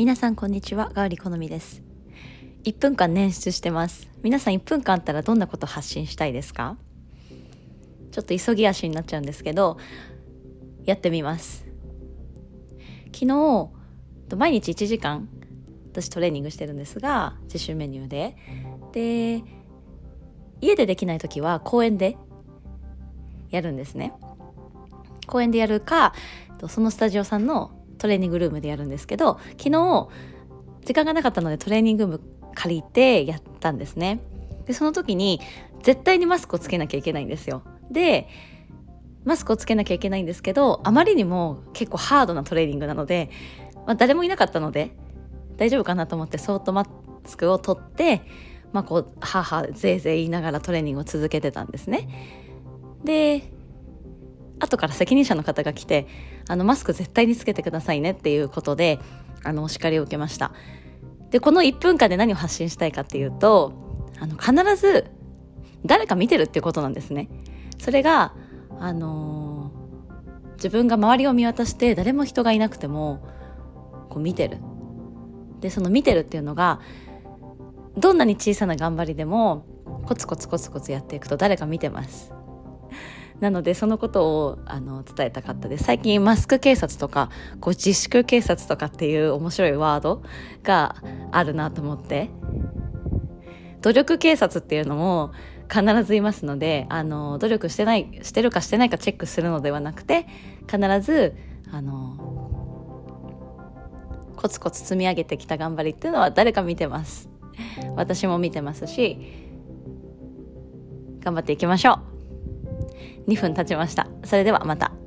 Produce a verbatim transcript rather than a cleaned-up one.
皆さんこんにちは、ガウリ好みです。いっぷんかん捻出してます。皆さんいっぷんかんあったらどんなこと発信したいですか？ちょっと急ぎ足になっちゃうんですけど、やってみます。昨日毎日いちじかん私トレーニングしてるんですが、自主メニューでで家でできない時は公園でやるんですね。公園でやるか、そのスタジオさんのトレーニングルームでやるんですけど、昨日時間がなかったのでトレーニングルーム借りてやったんですね。でその時に絶対にマスクをつけなきゃいけないんですよ。でマスクをつけなきゃいけないんですけど、あまりにも結構ハードなトレーニングなので、まあ、誰もいなかったので大丈夫かなと思ってそーっとマスクを取って、まあ、こうはーはーぜいぜい言いながらトレーニングを続けてたんですね。で後から責任者の方が来て、あのマスク絶対につけてくださいねっていうことであのお叱りを受けました。でこのいっぷんかんで何を発信したいかっていうと、あの必ず誰か見てるっていうことなんですね。それがあのー、自分が周りを見渡して誰も人がいなくてもこう見てる。でその見てるっていうのがどんなに小さな頑張りでもコツコツコツコツやっていくと誰か見てます。なのでそのことをあの伝えたかったです。最近マスク警察とかこう自粛警察とかっていう面白いワードがあるなと思って、努力警察っていうのも必ずいますので、あの努力してないしてるかしてないかチェックするのではなくて、必ずあのコツコツ積み上げてきた頑張りっていうのは誰か見てます。私も見てますし、頑張っていきましょう。にふん経ちました。それではまた。